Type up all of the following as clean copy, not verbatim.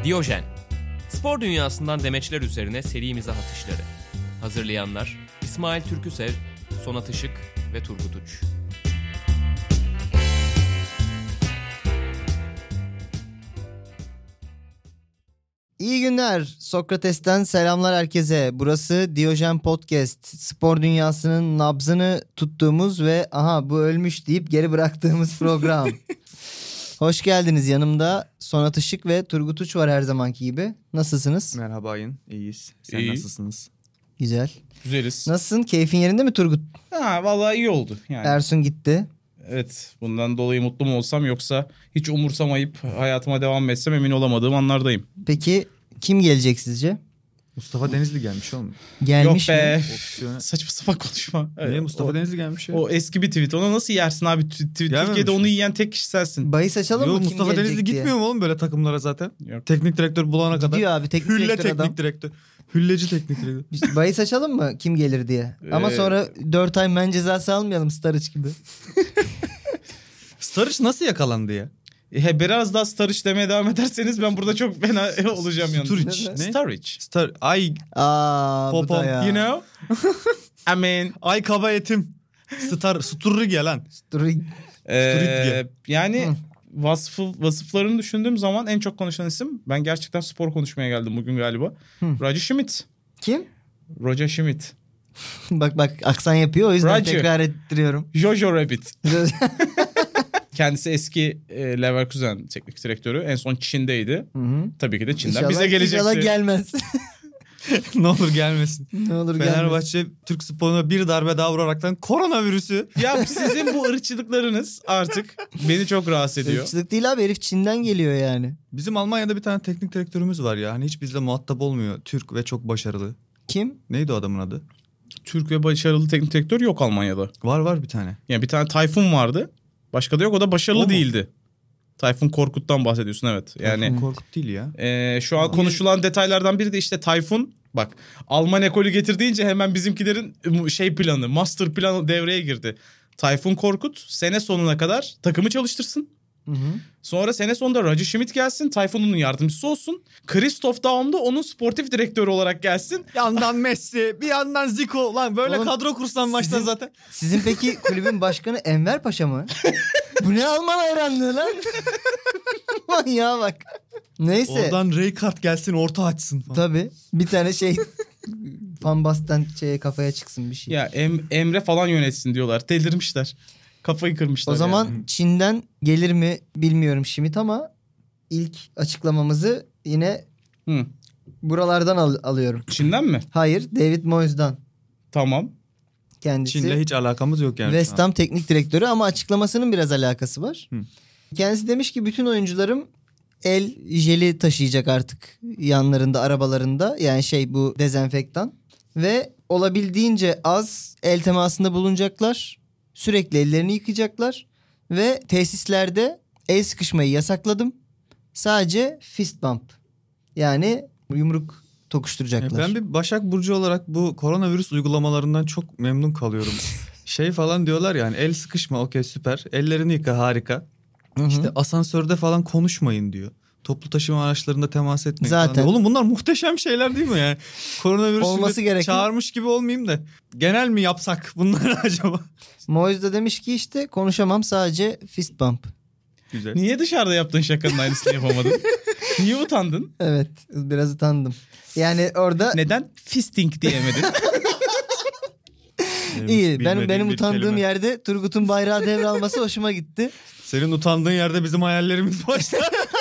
Diyojen. Spor dünyasından demeçler üzerine seri mizah atışları. Hazırlayanlar İsmail Türküsev, Sonat Işık ve Turgut Uç. İyi günler. Sokrates'ten selamlar herkese. Burası Diyojen Podcast. Spor dünyasının nabzını tuttuğumuz ve aha bu ölmüş deyip geri bıraktığımız program. Hoş geldiniz. Yanımda Sonat Işık ve Turgut Uç var her zamanki gibi. Nasılsınız? Merhaba Ayın. İyiyiz. Sen İyi. nasılsınız? Güzel. Güzeliz. Nasılsın? Keyfin yerinde mi Turgut? Vallahi iyi oldu. Yani. Ersun gitti. Evet, bundan dolayı mutlu mu olsam yoksa hiç umursamayıp hayatıma devam etsem emin olamadığım anlardayım. Peki kim gelecek sizce? Mustafa Denizli gelmiş oğlum. Gelmiş Yok be. mi? Opsiyona. Saçma sapan konuşma. Niye Mustafa o, Denizli gelmiş ya? o eski bir tweet. Onu nasıl yersin abi? Türkiye'de onu mi? yiyen tek kişi sensin. Bahis açalım Yok, mı kim Mustafa gelecek Denizli diye? gitmiyor mu oğlum böyle takımlara zaten? Yok. Teknik direktör bulana kadar. Gidiyor abi teknik Hülle direktör teknik adam. direktör. Hülleci teknik direktör. İşte bahis açalım mı kim gelir diye. Ama sonra 4 ay men cezası almayalım Starıç gibi. Starıç nasıl yakalandı ya? Biraz daha Sturridge demeye devam ederseniz ben burada çok fena olacağım yalnız. Sturridge. Ne? Sturridge. Ay Bu Popom, da ya. You know? I mean... ay kaba etim. Sturridge lan. Sturridge. Yani vasıflarını düşündüğüm zaman en çok konuşulan isim, ben gerçekten spor konuşmaya geldim bugün galiba. Roger Schmidt. Kim? Roger Schmidt. bak aksan yapıyor o yüzden Roger. tekrar ettiriyorum. Jojo Rabbit. Kendisi eski Leverkusen teknik direktörü. En son Çin'deydi. Hı-hı. Tabii ki de Çin'den İnşallah, bize gelecekti. İnşallah gelmez. Ne olur gelmesin. Ne olur gelmez. Fenerbahçe Türk sporuna bir darbe daha vuraraktan koronavirüsü. Ya sizin bu ırkçılıklarınız artık beni çok rahatsız ediyor. Irkçılık değil abi, herif Çin'den geliyor yani. Bizim Almanya'da bir tane teknik direktörümüz var ya. Hani hiç bizle muhatap olmuyor. Türk ve çok başarılı. Kim? Neydi o adamın adı? Türk ve başarılı teknik direktör yok Almanya'da. Var bir tane. Yani bir tane Tayfun vardı. Başka da yok. O da başarılı O mu? değildi. Tayfun Korkut'tan bahsediyorsun, evet. Yani Korkut değil ya. şu an konuşulan detaylardan biri de işte Tayfun. Bak, Alman ekolü getir deyince hemen bizimkilerin planı, master planı devreye girdi. Tayfun Korkut sene sonuna kadar takımı çalıştırsın. Hı-hı. Sonra sene sonunda Roger Schmidt gelsin. Tayfun'un yardımcısı olsun. Christoph Daum da onun sportif direktörü olarak gelsin. Bir yandan Messi, bir yandan Zico. Lan böyle Oğlum, kadro kursan maçta zaten. Sizin peki kulübün başkanı Enver Paşa mı? Bu ne Alman hayranlığı lan? Manyağa bak. Neyse. Oradan Rijkaard gelsin orta açsın falan. Tabii. Bir tane Van Basten kafaya çıksın bir şey. Ya Emre falan yönetsin diyorlar. Delirmişler. Kafayı kırmışlar. O zaman yani. Çin'den gelir mi bilmiyorum Schmidt ama ilk açıklamamızı yine buralardan alıyorum. Çin'den mi? Hayır, David Moyes'dan. Tamam. Kendisi Çin'le hiç alakamız yok yani. West Ham teknik direktörü ama açıklamasının biraz alakası var. Hı. Kendisi demiş ki bütün oyuncularım el jeli taşıyacak artık yanlarında, arabalarında. Yani bu dezenfektan. Ve olabildiğince az el temasında bulunacaklar. Sürekli ellerini yıkayacaklar. Ve tesislerde el sıkışmayı yasakladım. Sadece fist bump. Yani yumruk tokuşturacaklar. Ben bir Başak Burcu olarak bu koronavirüs uygulamalarından çok memnun kalıyorum. Falan diyorlar yani el sıkışma, okey süper. Ellerini yıka, harika. Hı-hı. İşte asansörde falan konuşmayın diyor. Toplu taşıma araçlarında temas etmeyin Zaten. falan diyor. Oğlum bunlar muhteşem şeyler değil mi yani? Koronavirüs Olması gereken. Çağırmış gibi olmayayım da. Genel mi yapsak bunları acaba? Moyes de demiş ki işte konuşamam, sadece fist bump. Güzel. Niye dışarıda yaptığın şakanın aynısını yapamadın? Niye utandın? Evet, biraz utandım. Yani orada Neden fisting diyemedin? iyi. Bilmediğim Benim bir utandığım kelime. yerde Turgut'un bayrağı devralması hoşuma gitti. Senin utandığın yerde bizim hayallerimiz başlar.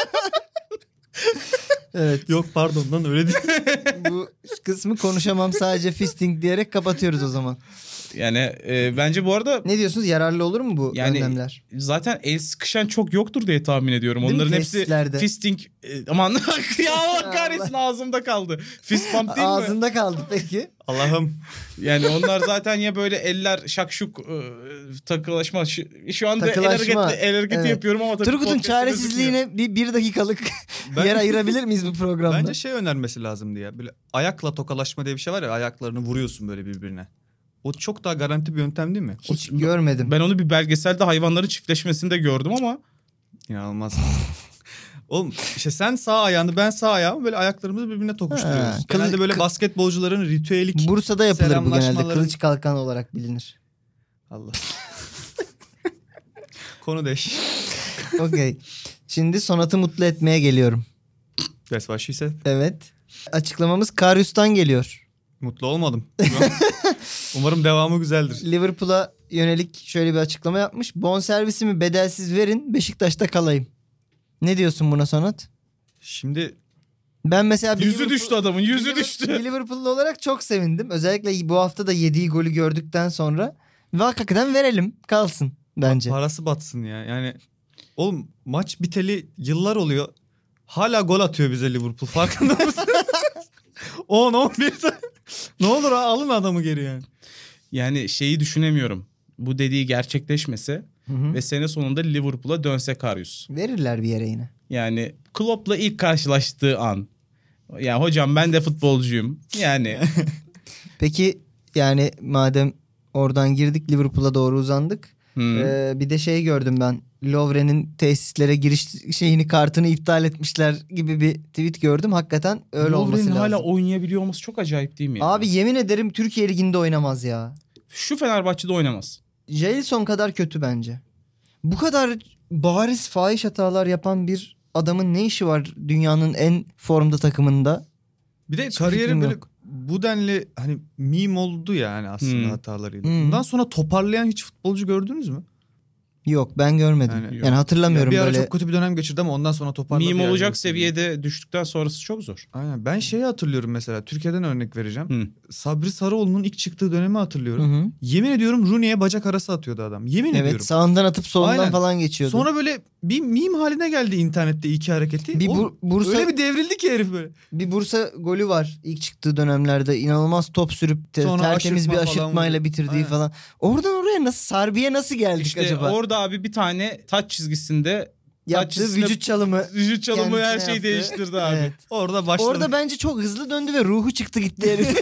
Evet. Yok pardon lan öyle değil. Bu kısmı konuşamam, sadece fisting diyerek kapatıyoruz o zaman. Yani bence bu arada Ne diyorsunuz? Yararlı olur mu bu yani önlemler? zaten el sıkışan çok yoktur diye tahmin ediyorum. Değil mi? Onların hepsi Tesislerde. fisting. Aman ya Allah kahretsin, ağzımda kaldı. Fist bump değil mi? Ağzında kaldı peki. Allah'ım. Yani onlar zaten ya böyle eller şakşuk takılaşma. Şu anda Takılaşma. el hareketi Evet. yapıyorum ama tabii Turgut'un podcast'te gözükmüyor. çaresizliğine bir dakikalık Ben- yer ayırabilir miyiz bu programda? Bence önermesi lazım diye. Böyle ayakla tokalaşma diye bir şey var ya, ayaklarını vuruyorsun böyle birbirine. O çok daha garanti bir yöntem değil mi? Hiç görmedim. Ben onu bir belgeselde hayvanların çiftleşmesinde gördüm ama İnanılmaz. Oğlum işte sen sağ ayağını ben sağ ayağımı böyle ayaklarımızı birbirine tokuşturuyoruz. Ha, Genelde böyle basketbolcuların ritüelik Bursa'da yapılır bu genelde. selamlaşmaların- Kılıç kalkan olarak bilinir. Allah. Konu değiş. Okey. Şimdi Sonat'ı mutlu etmeye geliyorum. That's what she said. Evet. Açıklamamız Karius'tan geliyor. Mutlu olmadım. Umarım devamı güzeldir. Liverpool'a yönelik şöyle bir açıklama yapmış. Bonservisimi bedelsiz verin, Beşiktaş'ta kalayım. Ne diyorsun buna Sonat? Şimdi Ben mesela bir Yüzü düştü adamın, yüzü bir düştü. Liverpool'lu olarak çok sevindim. Özellikle bu hafta da yediği golü gördükten sonra. Ve hakikaten verelim, kalsın bence. parası batsın ya. Yani oğlum maç biteli yıllar oluyor. Hala gol atıyor bize Liverpool. Farkında mısın? 10-11. Ne olur alın adamı geri yani. Yani şeyi düşünemiyorum. Bu dediği gerçekleşmese Hı hı. ve sene sonunda Liverpool'a dönse Karius. Verirler bir yere yine. Yani Klopp'la ilk karşılaştığı an. Ya hocam ben de futbolcuyum. Yani Peki yani madem oradan girdik Liverpool'a doğru uzandık. hmm. Bir de şey gördüm ben. Lovren'in tesislere giriş kartını iptal etmişler gibi bir tweet gördüm. Hakikaten öyle olması Lovren'in lazım. hala oynayabiliyor olması çok acayip değil mi ya? Abi yemin ederim Türkiye Ligi'nde oynamaz ya. Şu Fenerbahçe'de oynamaz. Jailson kadar kötü bence. Bu kadar bariz fahiş hatalar yapan bir adamın ne işi var dünyanın en formda takımında? Bir de Hiçbir kariyeri fikrim böyle yok. bu denli hani meme oldu yani aslında hatalarıyla. Hmm. Bundan sonra toparlayan hiç futbolcu gördünüz mü? Yok ben görmedim. Yani Yani, yok. hatırlamıyorum Bir ara böyle. çok kötü bir dönem geçirdi ama ondan sonra toparladı. Meme yani. olacak seviyede düştükten sonrası çok zor. Aynen. Ben şeyi hatırlıyorum mesela. Türkiye'den örnek vereceğim. Hı. Sabri Sarıoğlu'nun ilk çıktığı dönemi Hı hatırlıyorum. hı. Yemin ediyorum Rooney'e bacak arası atıyordu adam. Yemin ediyorum. Evet sağından atıp solundan Aynen. falan geçiyordu. Sonra böyle bir meme haline geldi internette iki hareketi. bir Oğlum, Bursa öyle bir devrildi ki herif böyle. bir Bursa golü var ilk çıktığı dönemlerde. İnanılmaz top sürüp Sonra tertemiz bir aşırtma falan aşırtmayla vurdu. bitirdiği Aynen. falan. Oradan oraya nasıl Sarbi'ye nasıl geldik İşte acaba? orada abi bir tane taç çizgisinde Yaptığı taççısına- vücut çalımı. vücut çalımı her kendisine şeyi yaptı. değiştirdi abi. Evet. Orada başladı. Orada bence çok hızlı döndü ve ruhu çıktı gitti herif.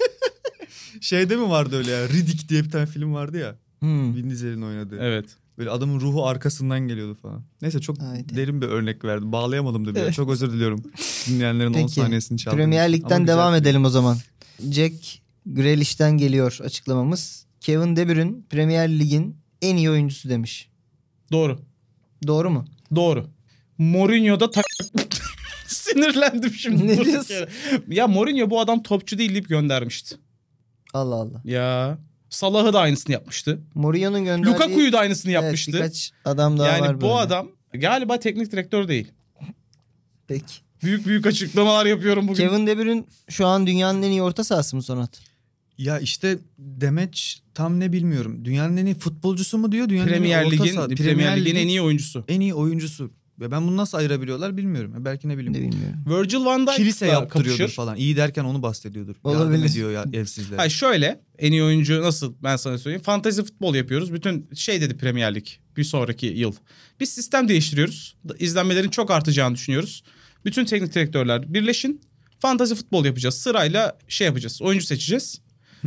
Şeyde mi vardı öyle ya? Riddick diye bir tane film vardı ya. Hmm. Vin Diesel'in oynadığı. Evet. Böyle adamın ruhu arkasından geliyordu falan. Neyse çok Haydi. derin bir örnek verdim. Bağlayamadım da bir. Çok özür diliyorum. Dinleyenlerin 10 Peki, saniyesini çaldım. Premier Lig'den Ama güzel devam film. edelim o zaman. Jack Grealish'ten geliyor açıklamamız. Kevin De Bruyne Premier Lig'in en iyi oyuncusu demiş. Doğru. Doğru mu? Doğru. Mourinho'da sinirlendim şimdi. Ne durduk diyorsun? yere. Ya Mourinho bu adam topçu değil deyip göndermişti. Allah Allah. Ya Salah'ı da aynısını yapmıştı. Mourinho'nun gönderdiği... Lukaku'yu da aynısını Evet, yapmıştı. birkaç adam daha var Yani böyle. bu adam galiba teknik direktör değil. Peki. Büyük açıklamalar yapıyorum bugün. Kevin De Bruyne şu an dünyanın en iyi orta sahası mı Sonat? Ya işte demeç tam ne bilmiyorum. Dünyanın en iyi futbolcusu mu diyor? Dünyanın Premier en iyi orta Lig'in saha- Premier Lig'in en iyi oyuncusu. en iyi oyuncusu. Ve ben bunu nasıl ayırabiliyorlar bilmiyorum. Belki ne bileyim. De bilmiyorum. Virgil van Kilise Dijk'la yaptırıyordur kapışır. falan. İyi derken onu bahsediyordur. Olabilir. Yardım ediyor ya evsizlere. Hayır şöyle en iyi oyuncu nasıl ben sana söyleyeyim. Fantezi futbol yapıyoruz. Bütün şey dedi Premier Lig bir sonraki yıl. Biz sistem değiştiriyoruz. İzlenmelerin çok artacağını düşünüyoruz. Bütün teknik direktörler birleşin. Fantezi futbol yapacağız. Sırayla şey yapacağız. Oyuncu seçeceğiz.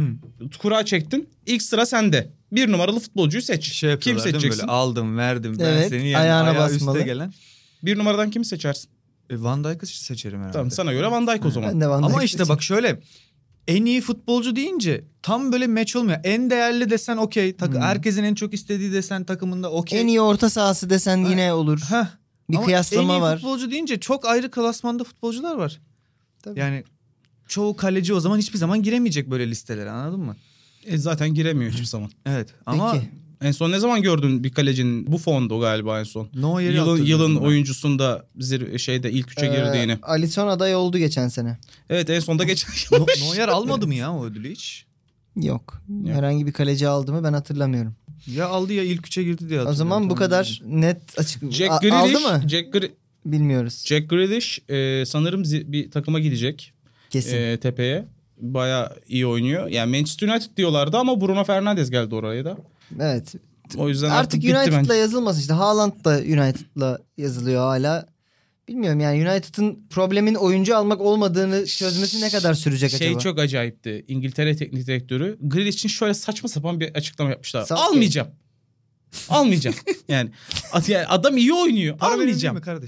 Kura çektin. İlk sıra sende. Bir numaralı futbolcuyu seç. Şey Kim yapıyorlar değil mi? seçeceksin? Böyle aldım verdim. Ben Evet, seni yani ayağına ayağı basmalı. üste gelen. Bir numaradan kimi seçersin? Van Dijk'ı seçerim herhalde. Tamam sana göre Van Dijk o zaman. Ben de Van Ama Dijk işte seçeyim. bak şöyle en iyi futbolcu deyince tam böyle match olmuyor. En değerli desen okey. Herkesin en çok istediği desen takımında okey. En iyi orta sahası desen yine olur. Heh. Bir Ama kıyaslama en iyi var. futbolcu deyince çok ayrı klasmanda futbolcular var. Tabii. Yani çoğu kaleci o zaman hiçbir zaman giremeyecek böyle listelere, anladın mı? Zaten giremiyor hiçbir zaman. Evet ama Peki. En son ne zaman gördün bir kalecinin? Bu fondu galiba en son. Neuer'i Yılın hatırlıyorum ben. oyuncusunda şeyde ilk üçe girdiğini. Alisson aday oldu geçen sene. Evet en sonda geçen yıl. Neuer almadı mı ya o ödülü hiç? Yok. Herhangi bir kaleci aldı mı ben hatırlamıyorum. Ya aldı ya ilk üçe girdi diye hatırlıyorum. O zaman bu Tam kadar net açık. Jack aldı Grealish, mı? Bilmiyoruz. Jack Grealish sanırım bir takıma gidecek. Kesin. Tepeye. Bayağı iyi oynuyor. Yani Manchester United diyorlardı ama Bruno Fernandes geldi oraya da. Evet. O yüzden Artık bitti United'la bence. yazılmasın işte. Haaland da United'la yazılıyor hala. Bilmiyorum yani United'ın problemin oyuncu almak olmadığını çözmesi ne kadar sürecek acaba? Çok acayipti. İngiltere teknik direktörü Grealish için şöyle saçma sapan bir açıklama yapmışlar. Southgate. Almayacağım. Yani adam iyi oynuyor. Para verilmiyor Almayacağım. mi kardeşim?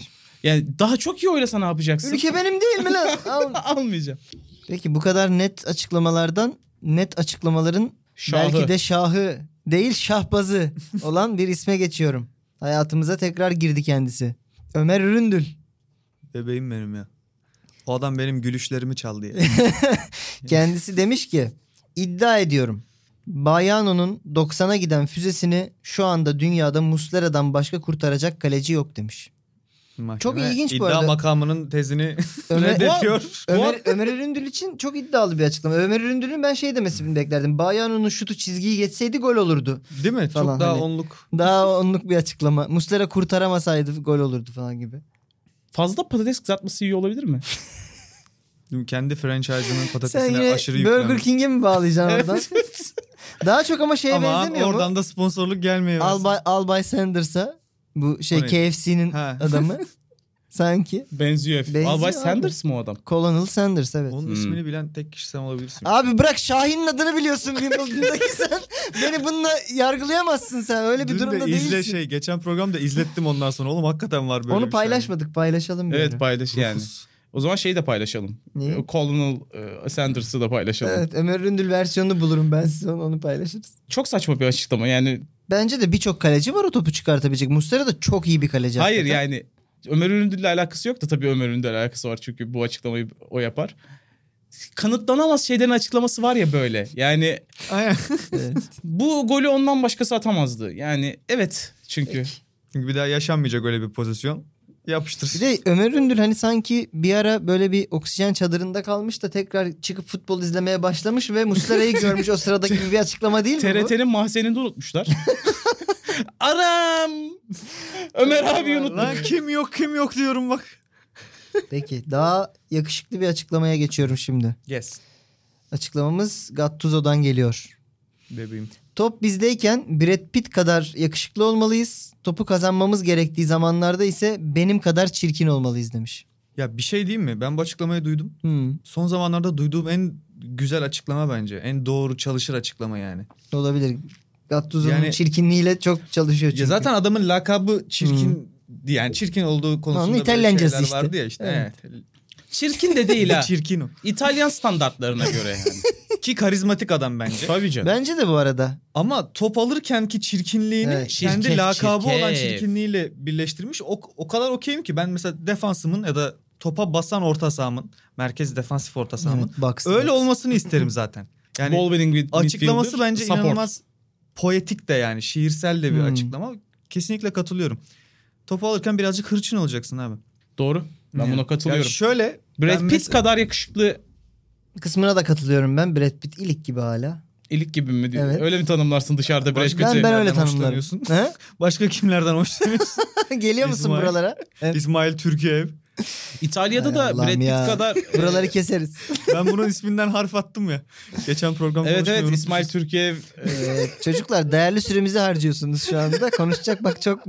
Yani daha çok iyi oynasa ne yapacaksın? Ülke benim değil mi lan? Almayacağım. Peki bu kadar net açıklamalardan net açıklamaların Şahı. belki de şahı değil şahbazı olan bir isme geçiyorum. Hayatımıza tekrar girdi kendisi. Ömer Üründül. Bebeğim benim ya. O adam benim gülüşlerimi çaldı ya. Kendisi demiş ki iddia ediyorum. Bayano'nun 90'a giden füzesini şu anda dünyada Muslera'dan başka kurtaracak kaleci yok demiş. Çok ilginç bu arada. İddia makamının tezini Ömer- reddediyor. Ömer Üründül için çok iddialı bir açıklama. Ömer Üründül'ün ben şey demesini beklerdim. Bayano'nun şutu çizgiyi geçseydi gol olurdu. Değil mi? Falan Çok daha hani. onluk. Daha onluk bir açıklama. Muslera kurtaramasaydı gol olurdu falan gibi. Fazla patates kızartması iyi olabilir mi? Kendi franchise'ının Sen patatesine yine aşırı Burger yüklenmiş. King'e mi bağlayacaksın oradan? Evet. Daha çok ama şeye Ama benzemiyor mu? oradan da sponsorluk gelmiyor. Albay Sanders'a bu şey O ne? KFC'nin Ha. adamı sanki. Benziyor. Benziyor Albay abi. Sanders mı o adam? Colonel Sanders evet. Onun ismini bilen tek kişi sen olabilirsin. Abi bırak Şahin'in adını biliyorsun Wimbledon'daki sen. Beni bununla yargılayamazsın sen. Öyle bir Dün durumda de değilsin. geçen programda izlettim ondan sonra. Oğlum hakikaten var böyle Onu bir şey. paylaşmadık paylaşalım bir Evet ara. paylaş yani. Rufus. O zaman şeyi de paylaşalım. Neyi? Colonel Sanders'ı da paylaşalım. Evet Ömer Üründül versiyonunu bulurum ben size onu paylaşırız. Çok saçma bir açıklama yani. Bence de birçok kaleci var o topu çıkartabilecek. Muslera da çok iyi bir kaleci. Hayır hakikaten. yani Ömer Üründül'le alakası yok da tabii Ömer Üründül'le alakası var çünkü bu açıklamayı o yapar. Kanıtlanamaz şeylerin açıklaması var ya böyle. Yani Aynen. Evet. bu golü ondan başkası atamazdı. Yani evet çünkü. Çünkü bir daha yaşanmayacak öyle bir pozisyon. Yapıştır. Bir de Ömer Üründül hani sanki bir ara böyle bir oksijen çadırında kalmış da tekrar çıkıp futbol izlemeye başlamış ve Muslera'yı görmüş o sırada gibi bir açıklama değil mi bu? TRT'nin mahzeninde unutmuşlar. Aram! Ömer abi unuttuk. Lan kim yok diyorum bak. Peki daha yakışıklı bir açıklamaya geçiyorum şimdi. Yes. Açıklamamız Gattuso'dan geliyor. Bebeğim. Top bizdeyken Brad Pitt kadar yakışıklı olmalıyız. Topu kazanmamız gerektiği zamanlarda ise benim kadar çirkin olmalıyız demiş. Ya bir şey diyeyim mi? Ben bu açıklamayı duydum. Son zamanlarda duyduğum en güzel açıklama bence. En doğru çalışır açıklama yani. Olabilir. Gattuso'nun Yani- çirkinliğiyle çok çalışıyor çünkü. Ya zaten adamın lakabı çirkin yani çirkin olduğu konusunda Onun böyle İtalyancası şeyler işte. vardı ya işte. Evet. Çirkin de değil ha. Çirkin o. İtalyan standartlarına göre yani. Ki karizmatik adam bence. Tabii canım. Bence de bu arada. Ama top alırken ki çirkinliğini Evet. kendi Çirkef, lakabı çirkef. olan çirkinliğiyle birleştirmiş. O kadar okeyim ki ben mesela defansımın ya da topa basan orta sahamın, merkez defansif orta sahamın Evet, box, öyle box. olmasını isterim zaten. Yani Ball winning açıklaması midfielder, bence support. inanılmaz poetik de yani şiirsel de bir Hmm. açıklama. Kesinlikle katılıyorum. Topu alırken birazcık hırçın olacaksın abi. Doğru. Ben Yani- buna katılıyorum. Ya şöyle Brad ben Pitt mesela- kadar yakışıklı Kısmına da katılıyorum ben. Brad Pitt ilik gibi hala. ilik gibi mi diyor. Evet. Öyle mi tanımlarsın dışarıda Brad Başka Pitt'i? Ben öyle Nereden tanımlarım. hoşlanıyorsun? He? Başka kimlerden hoşlanıyorsun? Geliyor musun İsmail. buralara? Evet. İsmail Türkiyev. İtalya'da Hay da Allah'ım Brad Pitt ya. kadar... Buraları keseriz. Ben bunun isminden harf attım ya. Geçen programda Evet konuşmayı evet unutmuşuz. İsmail Türkiyev. Çocuklar değerli süremizi harcıyorsunuz şu anda. Konuşacak bak çok.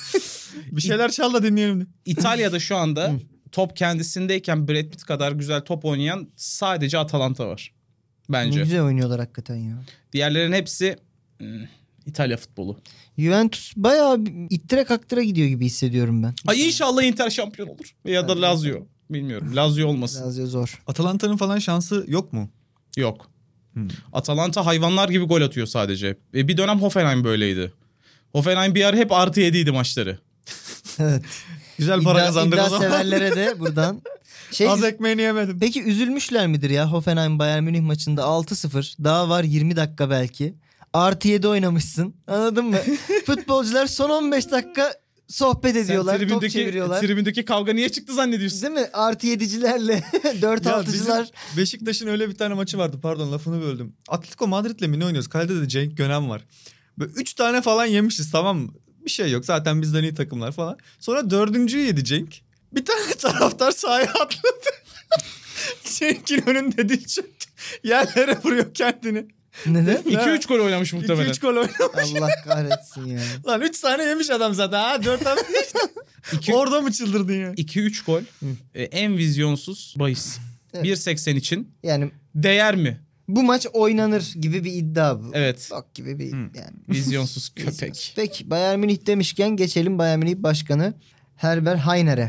Bir şeyler çal da dinleyelim. İtalya'da şu anda top kendisindeyken Brad Pitt kadar güzel top oynayan sadece Atalanta var. Ne Bence. güzel oynuyorlar hakikaten ya. Diğerlerin hepsi İtalya futbolu. Juventus bayağı ittire kaktıra gidiyor gibi hissediyorum ben. Ay inşallah Inter şampiyon olur. Ya da Lazio. Bilmiyorum. Lazio olmasın. Biraz zor. Atalanta'nın falan şansı yok mu? Yok. Atalanta hayvanlar gibi gol atıyor sadece. Bir dönem Hoffenheim böyleydi. Hoffenheim bir ara hep artı 7'ydi maçları. Evet. Güzel para kazandık o İddia zaman. severlere de buradan. Az ekmeğini yemedim. Peki üzülmüşler midir ya Hoffenheim Bayern Münih maçında 6-0 daha var 20 dakika belki. Artı 7 oynamışsın anladın mı? Futbolcular son 15 dakika sohbet ediyorlar top çeviriyorlar. Tribündeki kavga niye çıktı zannediyorsun? Değil mi? Artı 7'cilerle 4-6'cılar. Beşiktaş'ın öyle bir tane maçı vardı. Pardon lafını böldüm. Atletico Madrid'le mi ne oynuyoruz? Kalede de Cenk Gönen var. Böyle 3 tane falan yemişiz tamam mı? Bir şey yok zaten bizden iyi takımlar falan. Sonra 4.'yü yedi Cenk. Bir tane taraftar sahaya atladı. Cenk'in önünde dil çöktü. Yerlere vuruyor kendini. Neden? 2-3 gol oynamış muhtemelen. 2-3 gol oynamış. Allah kahretsin ya. Lan 3 tane yemiş adam zaten. Ha 4 tane. Orada mı çıldırdın ya? 2-3 gol. En vizyonsuz bahis. Evet. 1.80 için Yani değer mi? bu maç oynanır gibi bir iddia bu. Evet. Bak gibi bir yani. Vizyonsuz köpek. Peki Bayern Münih demişken geçelim Bayern Münih Başkanı Herbert Heiner'e.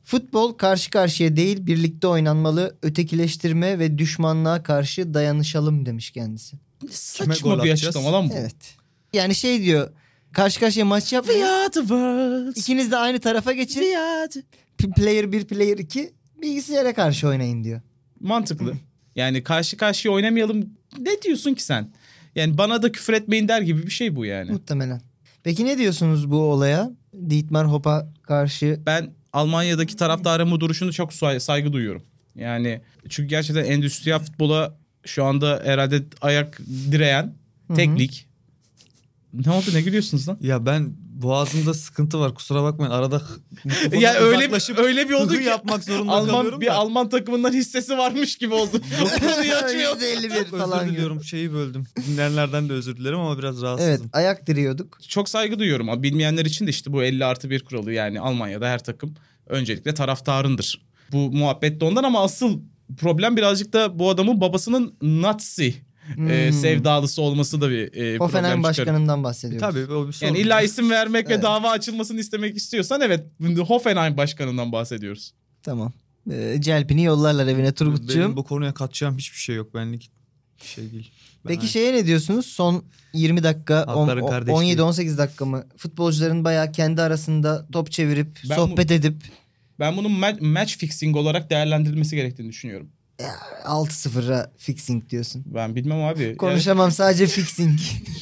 Futbol karşı karşıya değil birlikte oynanmalı. Ötekileştirme ve düşmanlığa karşı dayanışalım demiş kendisi. Saçma gol bir atacağız? açıklama lan bu. Evet. Yani şey diyor. Karşı karşıya maç yapmayın. We are the world. İkiniz de aynı tarafa geçin. We are the... Player 1, player 2 bilgisayara karşı oynayın diyor. Mantıklı. Yani karşı karşıya oynamayalım. Ne diyorsun ki sen? Yani bana da küfür etmeyin der gibi bir şey bu yani. Muhtemelen. Peki ne diyorsunuz bu olaya? Dietmar Hopp'a karşı. Ben Almanya'daki taraftarın duruşunu çok saygı duyuyorum. Yani çünkü gerçekten endüstriyel futbola şu anda herhalde ayak direyen tek lig. Ne oldu, ne gülüyorsunuz lan? Ya ben boğazımda sıkıntı var, kusura bakmayın. Arada Ya öyle bir oldu ki yapmak zorunda Alman kalıyorum bir da. Alman takımından hissesi varmış gibi oldu. Konuyu açmıyor. %51 falan Özür gibi. diliyorum, şeyi böldüm. Dinleyenlerden de özür dilerim ama biraz Evet, rahatsızım. ayak diriyorduk. Çok saygı duyuyorum ama bilmeyenler için de işte bu 50+1 kuralı, yani Almanya'da her takım öncelikle taraftarındır. Bu muhabbet de ondan ama asıl problem birazcık da bu adamın babasının Nazi sevdalısı olması da bir problem Hoffenheim çıkarıyor. başkanından bahsediyoruz. Tabii o bir sorun. Yani illa isim vermek Evet. ve dava açılmasını istemek istiyorsan evet, Hoffenheim başkanından bahsediyoruz. Tamam. Celpini yollarlar evine Turgut'cuğum. Benim bu konuya katacağım hiçbir şey yok. Benlik bir şey değil. Peki şeye ne diyorsunuz? Son 20 dakika, Hakların kardeşliği. 17-18 dakika mı? Futbolcuların bayağı kendi arasında top çevirip, Ben sohbet edip Ben bunun match fixing olarak değerlendirilmesi gerektiğini düşünüyorum. 6-0'a fixing diyorsun. Ben bilmem abi. Konuşamam, sadece fixing.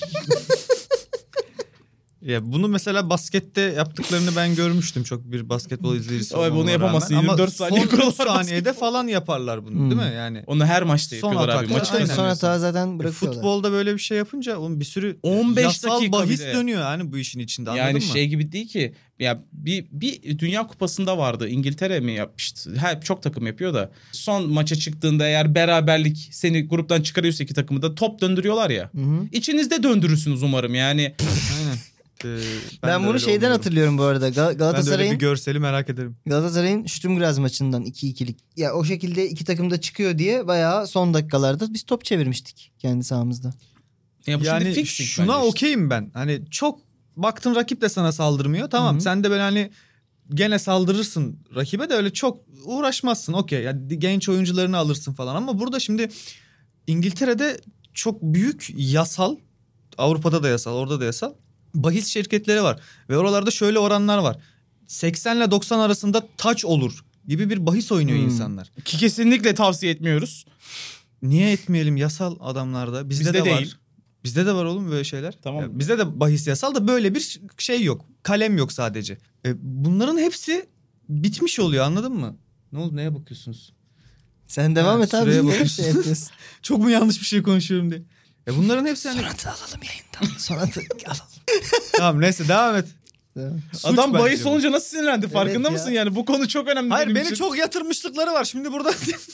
Ya bunu mesela baskette yaptıklarını ben görmüştüm, çok bir basketbol izleyicisi Abi bunu olmama yapamazsın, rağmen. 24 Ama saniye son kurallar 3 saniyede falan yaparlar bunu değil mi? Yani Onu her maçta Son yapıyorlar abi. atakta, Maçı aynen. Sonra kazanıyorsun. hata zaten bırakıyorlar. futbolda böyle bir şey yapınca onun bir sürü 15 yasal dakika bahis bile. dönüyor yani bu işin içinde, anladın Yani mı? şey gibi değil ki. Ya bir Dünya Kupası'nda vardı. İngiltere mi yapmıştı? Çok takım yapıyor da. Son maça çıktığında eğer beraberlik seni gruptan çıkarıyorsa iki takımı da top döndürüyorlar ya. Hı-hı. İçinizde döndürürsünüz umarım yani. Aynen. Ben de bunu öyle şeyden olmuyorum. hatırlıyorum bu arada. Ben de öyle bir Galatasaray'ın görseli merak ederim. Sturm Graz maçından 2-2'lik. Ya o şekilde iki takım da çıkıyor diye bayağı son dakikalarda biz top çevirmiştik kendi sahamızda. Ya bu şimdi Yani fixing şuna bence işte. okeyim ben. Hani çok baktın rakip de sana saldırmıyor. Tamam, Hı-hı. sen de böyle hani gene saldırırsın rakibe de, öyle çok uğraşmazsın. Okey. Yani genç oyuncularını alırsın falan ama burada şimdi İngiltere'de çok büyük yasal, Avrupa'da da yasal, orada da yasal bahis şirketleri var ve oralarda şöyle oranlar var. 80 ile 90 arasında touch olur gibi bir bahis oynuyor insanlar. Ki kesinlikle tavsiye etmiyoruz. Niye etmeyelim, yasal adamlarda. Bizde de değil. var. Bizde de var oğlum böyle şeyler. Tamam. Ya bizde de bahis yasal da böyle bir şey yok. Kalem yok sadece. Bunların hepsi bitmiş oluyor, anladın mı? Ne oldu, neye bakıyorsunuz? Sen devam Ha, et abi. süreye Ne bakıyorsun. şey yapıyorsun? Çok mu yanlış bir şey konuşuyorum diye. Bunların hepsi hani... Sonat'ı alalım yayından. Sonat'ı alalım. Tamam neyse devam et. Suç Adam bence bahis bu. olunca nasıl sinirlendi, farkında ya. mısın yani? Bu konu çok önemli Hayır, benim beni için. çok yatırmışlıkları var şimdi burada.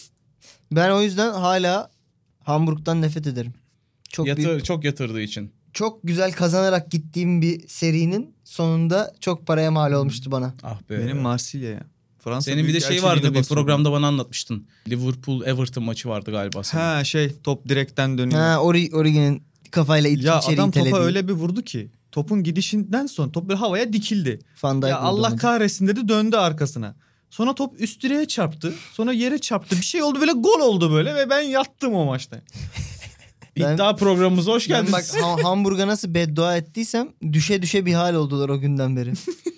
Ben o yüzden hala Hamburg'dan nefret ederim. Çok yatırdığı için. Çok güzel kazanarak gittiğim bir serinin sonunda çok paraya mal olmuştu bana. Ah be. Benim Marsilya ya. Fransa Senin bir de şey Büyükelçiliğine vardı, bir basıyorum. programda bana anlatmıştın. Liverpool-Everton maçı vardı galiba senin. Ha top direkten dönüyor. Ha Origi'nin kafayla Ya içeri adam itelediği. topa öyle bir vurdu ki. Topun gidişinden sonra top böyle havaya dikildi. Van Dijk Ya vurdu Allah onu. kahretsin dedi, döndü arkasına. Sonra top üst direğe çarptı. Sonra yere çarptı. Bir şey oldu, böyle gol oldu böyle ve ben yattım o maçta. İddia programımıza hoş Ben geldiniz. bak Hamburg'a nasıl beddua ettiysem düşe düşe bir hal oldular o günden beri.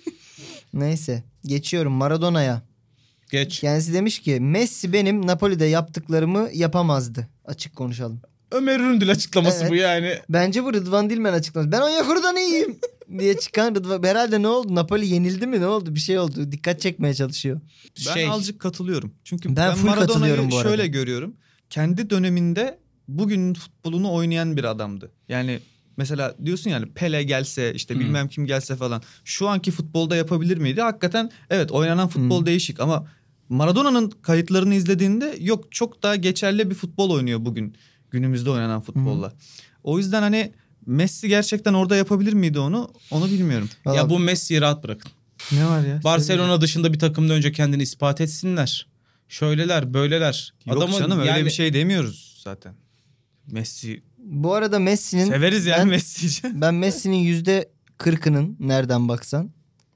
Neyse geçiyorum Maradona'ya. Geç. Kendisi demiş ki Messi benim Napoli'de yaptıklarımı yapamazdı. Açık konuşalım. Ömer Üründül açıklaması Evet. bu yani. Bence bu Rıdvan Dilmen açıklaması. Ben Onyekuru'dan iyiyim diye çıkan Rıdvan. Herhalde ne oldu? Napoli yenildi mi? Ne oldu? Bir şey oldu. Dikkat çekmeye çalışıyor. Ben azıcık katılıyorum. Çünkü Ben ben full katılıyorum Maradona'yı bu arada. şöyle görüyorum. Kendi döneminde bugünün futbolunu oynayan bir adamdı. Yani mesela diyorsun yani Pele gelse işte bilmem kim gelse falan. Şu anki futbolda yapabilir miydi? Hakikaten evet, oynanan futbol değişik ama Maradona'nın kayıtlarını izlediğinde yok, çok daha geçerli bir futbol oynuyor bugün günümüzde oynanan futbolla. O yüzden hani Messi gerçekten orada yapabilir miydi onu bilmiyorum. Vallahi Ya bu Messi'yi rahat bırakın. Ne var ya? Barcelona dışında bir takımda önce kendini ispat etsinler. Şöyleler, böyleler. Yok canım, öyle yani bir şey demiyoruz zaten. Messi Bu arada Messi'nin severiz yani Messi'yi. ben Messi'nin %40'ının nereden baksan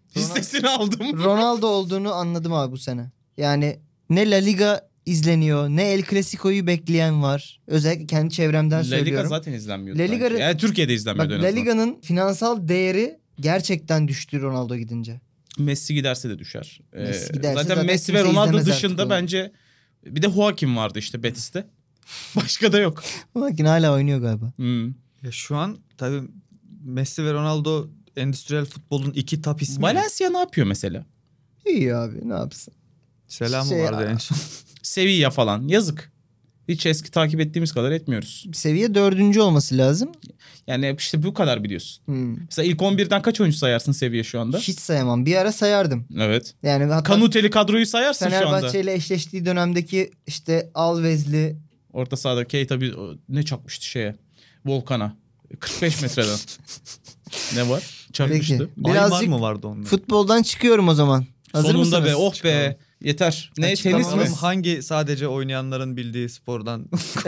Hissesini aldım. Ronaldo olduğunu anladım abi bu sene. Yani ne La Liga izleniyor, ne El Clasico'yu bekleyen var. Özellikle kendi çevremden La söylüyorum. Liga zaten izlenmiyor. La Liga- Yani Türkiye'de Bak izlenmiyor. La Liga'nın finansal değeri gerçekten düştü Ronaldo gidince. Messi giderse de düşer. Messi giderse zaten Messi ve kimse Ronaldo izlemez dışında artık bence bir de Joaquin vardı işte Betis'te. Başka da yok. Lakin hala oynuyor galiba. Ya şu an tabii Messi ve Ronaldo endüstriyel futbolun iki top ismi. Valencia ne yapıyor mesela? İyi abi ne yapsın. Selamı Şey- vardı en son. Sevilla falan. Yazık. Hiç eski takip ettiğimiz kadar etmiyoruz. Seviye 4. olması lazım. Yani işte bu kadar biliyorsun. Hmm. Mesela ilk 11'den kaç oyuncu sayarsın Sevilla şu anda? Hiç sayamam. Bir ara sayardım. Evet. Yani hatta Kanuteli kadroyu sayarsın şu anda. Fenerbahçe ile eşleştiği dönemdeki işte Alvez'li Orta sahada Keita ne çakmıştı şeye? Volkan'a. 45 metreden. Ne var? Çakmıştı. Peki. Aymar Birazcık mı vardı onda? futboldan çıkıyorum o zaman. Hazır Sonunda mısınız? be oh be. Yeter. Ne tenis mi? Açıklamamız- Hangi sadece oynayanların bildiği spordan?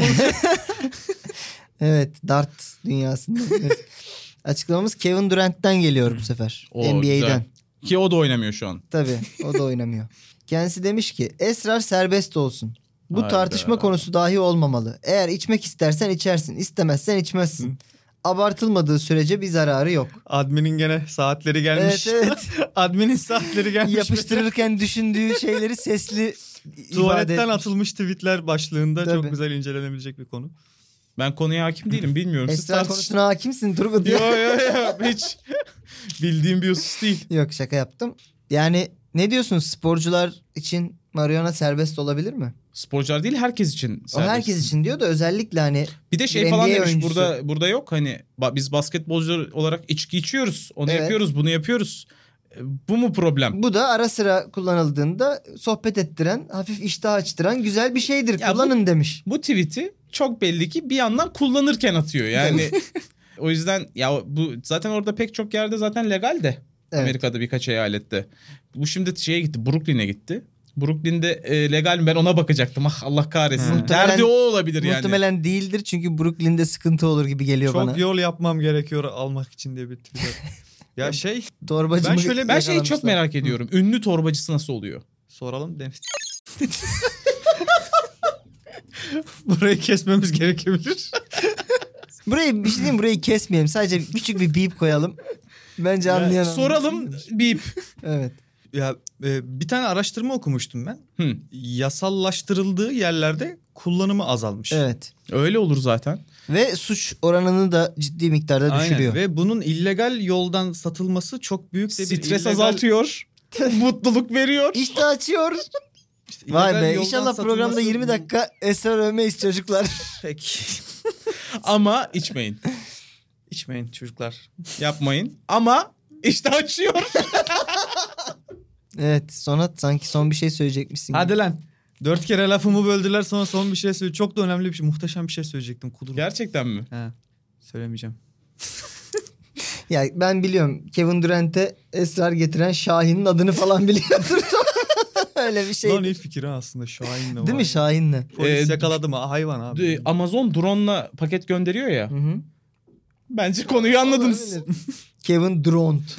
Evet, dart dünyasında. Evet. Açıklamamız Kevin Durant'ten geliyor bu sefer. Oo, NBA'den. güzel. Ki o da oynamıyor şu an. Tabii, o da oynamıyor. Kendisi demiş ki esrar serbest olsun. Bu Hayda. tartışma konusu dahi olmamalı. Eğer içmek istersen içersin, istemezsen içmezsin. Abartılmadığı sürece bir zararı yok. Admin'in gene saatleri gelmiş. Evet, Admin'in saatleri gelmiş. Yapıştırırken düşündüğü şeyleri sesli ifade Tuvaletten etmiş. atılmış tweetler başlığında Tabii. çok güzel incelenebilecek bir konu. Ben konuya hakim değilim. Bilmiyorum. Siz Esrar tartışın. konusuna hakimsin Turgut. Yo. Hiç bildiğim bir husus değil. Yok şaka yaptım. Yani ne diyorsunuz sporcular için marihuana serbest olabilir mi? Sporcular değil herkes için O serbest. herkes için diyor da özellikle hani Bir de şey bir falan NBA demiş oyuncusu. burada yok hani biz basketbolcular olarak içki içiyoruz. Onu Evet. yapıyoruz, bunu yapıyoruz. Bu mu problem? bu da ara sıra kullanıldığında sohbet ettiren, hafif iştah açtıran güzel bir şeydir. Ya Kullanın demiş. Bu tweet'i çok belli ki bir yandan kullanırken atıyor. Yani o yüzden ya bu zaten orada pek çok yerde zaten legal de. Evet. Amerika'da birkaç eyalette. Bu şimdi şeye gitti, Brooklyn'e gitti. Brooklyn'de legal mi ben ona bakacaktım. Ah Allah kahretsin. Muhtemelen- Derdi o olabilir yani. Muhtemelen değildir çünkü Brooklyn'de sıkıntı olur gibi geliyor Çok bana. yol yapmam gerekiyor almak için diye bir tweet. Ya şey Torbacı Ben mı şöyle- Ben şeyi çok yakalamışlar? merak ediyorum. Ünlü torbacısı nasıl oluyor? soralım Deniz. Burayı kesmemiz gerekebilir. Burayı bir şey diyeyim mi? Burayı kesmeyelim. Sadece küçük bir bip koyalım. Bence anlayan Soralım anlasın. bip. Evet. Ya bir tane araştırma okumuştum ben. Hı. Yasallaştırıldığı yerlerde kullanımı azalmış. Evet. Öyle olur zaten. Ve suç oranını da ciddi miktarda Aynen. düşürüyor. Ve bunun illegal yoldan satılması çok büyük de bir Stres illegal- azaltıyor. Mutluluk veriyor. İşte açıyor. İşte Vay illegal be yoldan inşallah satılması programda 20 dakika esrar övmeyiz çocuklar. Peki. Ama içmeyin. İçmeyin çocuklar. Yapmayın. Ama işte açıyor. Evet Sonat sanki son bir şey söyleyecekmişsin. Hadi lan. 4 kere lafımı böldüler sonra son bir şey söyle. Çok da önemli bir şey. Muhteşem bir şey söyleyecektim. Kudurdum. Gerçekten mi? He. Söylemeyeceğim. Ya ben biliyorum Kevin Durant'e esrar getiren Şahin'in adını falan biliyordur. Öyle bir şey. Lan iyi fikir ha aslında. Şahin'le var. Değil mi Şahin'le? Polis Ee, yakaladı mı? Hayvan abi. Amazon drone'la paket gönderiyor ya. Hı hı. Bence konuyu anladınız. Olabilir. Kevin Durant.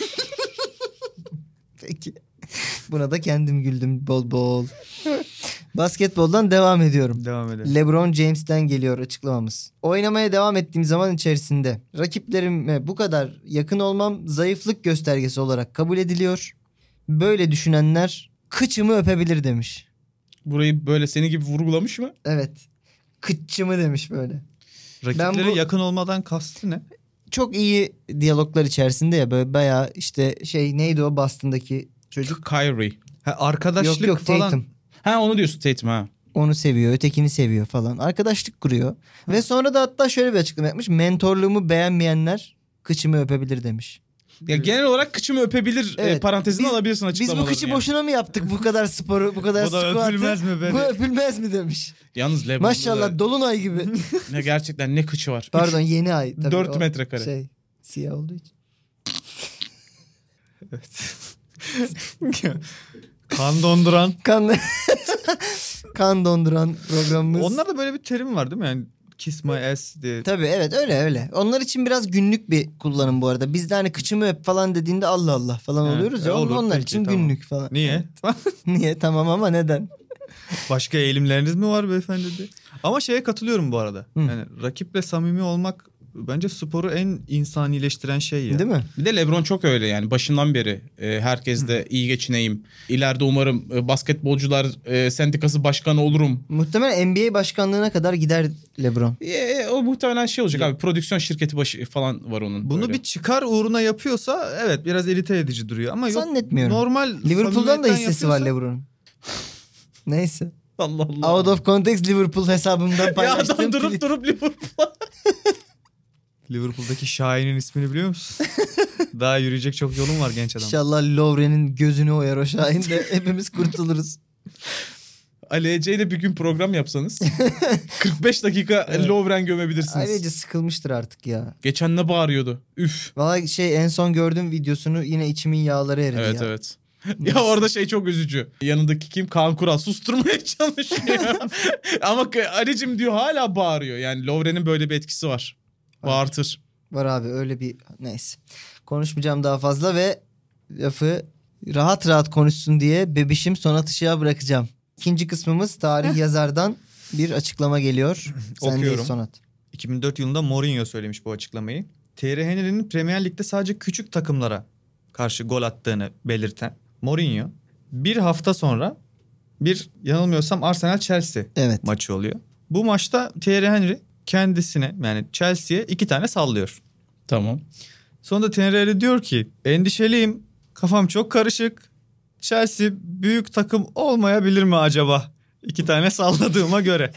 Peki. Buna da kendim güldüm bol bol. Basketboldan devam ediyorum. Devam edelim. LeBron James'ten geliyor açıklamamız. Oynamaya devam ettiğim zaman içerisinde rakiplerime bu kadar yakın olmam zayıflık göstergesi olarak kabul ediliyor. Böyle düşünenler kıçımı öpebilir demiş. Burayı böyle seni gibi vurgulamış mı? Evet. Kıçımı demiş böyle. Rakiplere Ben bu- yakın olmadan kastı ne? Çok iyi diyaloglar içerisinde ya böyle bayağı işte neydi o Boston'daki çocuk? Kyrie. Ha, arkadaşlık Yok falan. Tatum. Ha onu diyorsun Tatum ha. Onu seviyor, ötekini seviyor falan. Arkadaşlık kuruyor. Ve sonra da hatta şöyle bir açıklama yapmış. Mentorluğumu beğenmeyenler kıçımı öpebilir demiş. Ya genel olarak kıçımı öpebilir Evet. parantezini Biz- alabilirsin Biz açıklamalarını. bu kıçı yani. boşuna mı yaptık bu kadar sporu, bu kadar Bu da squat'ı? öpülmez mi be? Bu öpülmez mi demiş. Yalnız LeBron'da Maşallah dolunay gibi. ne gerçekten ne kıçı var. Pardon yeni ay. Tabii 4 o metrekare. Siyah olduğu için. Kan donduran. Kan, kan donduran programımız. Onlarda böyle bir terim var değil mi? Yani Kiss My Ass diye. Tabii evet öyle. Onlar için biraz günlük bir kullanım bu arada. Biz de hani kıçımı öp falan dediğinde Allah Allah falan He, oluyoruz ya. olur, Onlar peki, için tamam. günlük falan. Niye? Niye? Tamam ama neden? Başka eğilimleriniz mi var beyefendi de? Ama şeye katılıyorum bu arada. Hı. Yani rakiple samimi olmak bence sporu en insanileştiren şey ya. Değil mi? Bir de LeBron çok öyle yani başından beri herkes de iyi geçineyim. İleride umarım basketbolcular sendikası başkanı olurum. Muhtemelen NBA başkanlığına kadar gider LeBron. O muhtemelen şey olacak abi, prodüksiyon şirketi başı falan var onun. Bunu böyle. bir çıkar uğruna yapıyorsa evet biraz irite edici duruyor. Ama yok Zannetmiyorum. normal Liverpool'dan da samimiyetten hissesi var yapıyorsa- LeBron'un. Neyse. Allah Allah. Out of context Liverpool hesabımdan Ya paylaştığım adam durup tweet. durup Liverpool'a. Liverpool'daki Şahin'in ismini biliyor musun? Daha yürüyecek çok yolun var genç adam. İnşallah Lovren'in gözünü oyar o Şahin de hepimiz kurtuluruz. Ali Ece ile bir gün program yapsanız 45 dakika Evet. Lovren gömebilirsiniz. Ayrıca sıkılmıştır artık ya. Geçen ne bağırıyordu? Üf. Valla en son gördüğüm videosunu yine içimin yağları eridi Evet ya. evet. Ya orada şey çok üzücü. Yanındaki kim? Kaan Kural susturmaya çalışıyor. Ama Ali'cim diyor hala bağırıyor. Yani Lovren'in böyle bir etkisi var. Bağırtır. Var abi öyle bir neyse. Konuşmayacağım daha fazla ve lafı rahat rahat konuşsun diye bebişim Sonat Işık'a bırakacağım. İkinci kısmımız tarih yazardan bir açıklama geliyor. Sendeyiz Okuyorum. Sonat. 2004 yılında Mourinho söylemiş bu açıklamayı. Thierry Henry'nin Premier Lig'de sadece küçük takımlara karşı gol attığını belirten Mourinho bir hafta sonra bir yanılmıyorsam Arsenal-Chelsea Evet. maçı oluyor. Bu maçta Thierry Henry kendisine yani Chelsea'ye 2 tane sallıyor. Tamam. Sonra da Thierry Henry diyor ki endişeliyim, kafam çok karışık. Chelsea büyük takım olmayabilir mi acaba? 2 tane salladığıma göre.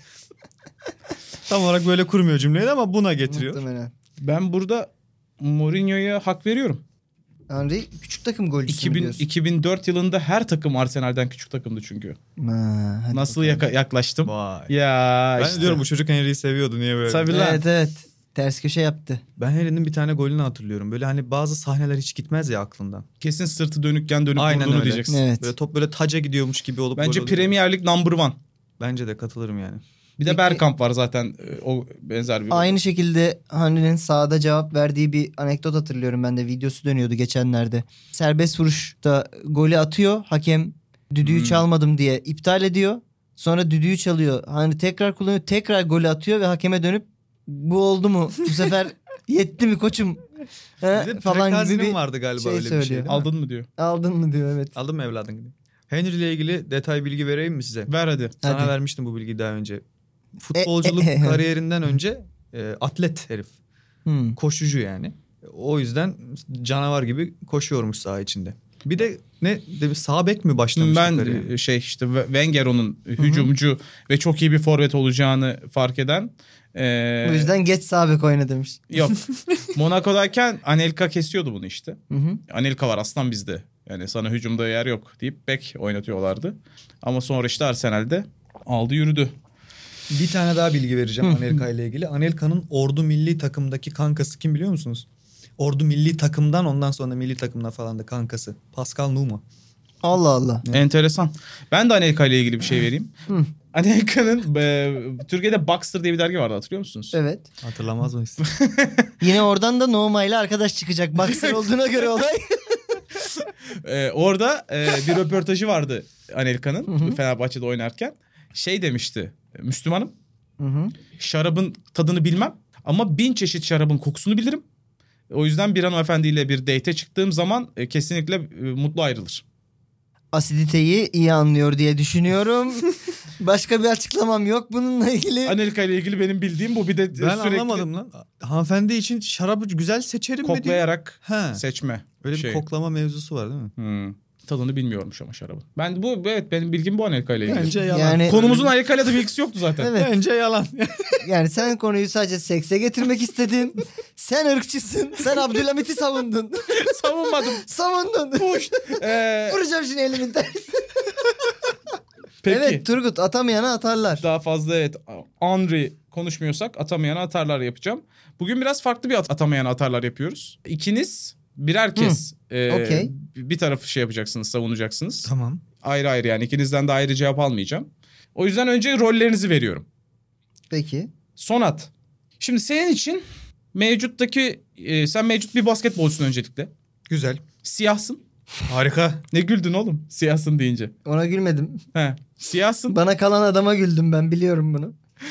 Tam olarak böyle kurmuyor cümleyi ama buna getiriyor. Muhtemelen. Ben burada Mourinho'ya hak veriyorum. Henry küçük takım golcüsü mü diyorsun? 2004 yılında her takım Arsenal'den küçük takımdı çünkü. Hadi Nasıl bakalım. yaklaştım? Vay. Ya Ben işte. diyorum bu çocuk Henry'yi seviyordu niye böyle? Tabii lan. Evet evet. Ters köşe yaptı. Ben Henry'nin bir tane golünü hatırlıyorum. Böyle hani bazı sahneler hiç gitmez ya aklından. Kesin sırtı dönükken dönüp Aynen vurduğunu öyle. diyeceksin. Evet. Böyle top böyle taca gidiyormuş gibi olup Bence gol oluyor. Premier Lig number one. Bence de katılırım yani. Bir de Peki- Bergkamp var zaten o benzer bir. Aynı şekilde Henry'nin sahada cevap verdiği bir anekdot hatırlıyorum ben de. Videosu dönüyordu geçenlerde. Serbest vuruşta golü atıyor. Hakem düdüğü çalmadım diye iptal ediyor. Sonra düdüğü çalıyor. Hani tekrar kullanıyor. Tekrar golü atıyor ve hakeme dönüp bu oldu mu? Bu sefer yetti mi koçum? He? Bir de Falan gibi Prekazi'nin bir vardı galiba şey öyle bir şey. söylüyor. değil mi? Aldın mı diyor. aldın mı diyor evet. Aldın mı evladın? Henry ile ilgili detay bilgi vereyim mi size? Ver hadi. Sana Hadi. vermiştim bu bilgiyi daha önce. Futbolculuk kariyerinden önce atlet herif. Koşucu yani. O yüzden canavar gibi koşuyormuş saha içinde. Bir de sağ bek mi başlamıştı kariyerine? Ben işte Wenger onun hücumcu ve çok iyi bir forvet olacağını fark eden. Bu yüzden geç sağ bek oyna demiş. Yok. Monaco'dayken Anelka kesiyordu bunu işte. Hı hı. Anelka var aslan bizde. Yani sana hücumda yer yok deyip bek oynatıyorlardı. Ama sonra işte Arsenal'de aldı yürüdü. Bir tane daha bilgi vereceğim Anelka ile ilgili. Anelka'nın Ordu milli takımdaki kankası kim biliyor musunuz? Ordu milli takımdan ondan sonra milli takımdan falan da kankası. Pascal Nouma. Allah Allah. Enteresan. Ben de Anelka ile ilgili bir şey vereyim. Hı. Anelka'nın Türkiye'de Boxer diye bir dergi vardı, hatırlıyor musunuz? Evet. Hatırlamaz mıyız? Yine oradan da Nouma ile arkadaş çıkacak. Boxer olduğuna göre olay. Orada bir röportajı vardı Anelka'nın Hı hı. Fenerbahçe'de oynarken. Şey demişti. Müslümanım. Hı hı. Şarabın tadını bilmem ama 1000 çeşit şarabın kokusunu bilirim. O yüzden bir hanımefendiyle bir date'e çıktığım zaman kesinlikle mutlu ayrılır. Asiditeyi iyi anlıyor diye düşünüyorum. Başka bir açıklamam yok bununla ilgili. Anelka ile ilgili benim bildiğim bu. Bir de Ben sürekli anlamadım lan. Hanımefendi için şarabı güzel seçerim mi diyor? koklayarak He. seçme. Öyle şey. bir koklama mevzusu var değil mi? Tadını bilmiyormuş ama şarabın. Evet benim bilgim bu Anelka ile ilgili. Bence yalan. Yani- Konumuzun Anelka ile de bilgisi yoktu zaten. Evet. Bence yalan. Yani sen konuyu sadece sekse getirmek istedin. Sen ırkçısın. Sen Abdülhamit'i savundun. Savunmadım. Savundun. Puş. Vuracağım şimdi elimin tersi. Peki. Evet Turgut atamayana atarlar. Daha fazla Henry konuşmuyorsak atamayana atarlar yapacağım. Bugün biraz farklı bir atamayana atarlar yapıyoruz. İkiniz birer kez okey. bir tarafı şey yapacaksınız, savunacaksınız. Tamam. Ayrı ayrı yani ikinizden de ayrı cevap almayacağım. O yüzden önce rollerinizi veriyorum. Peki. Sonat, Şimdi senin için sen mevcut bir basketbolcusun öncelikle. Güzel. Siyahsın. Harika. Ne güldün oğlum siyahsın deyince? Ona gülmedim. He, siyahsın. Bana kalan adama güldüm, ben biliyorum bunu.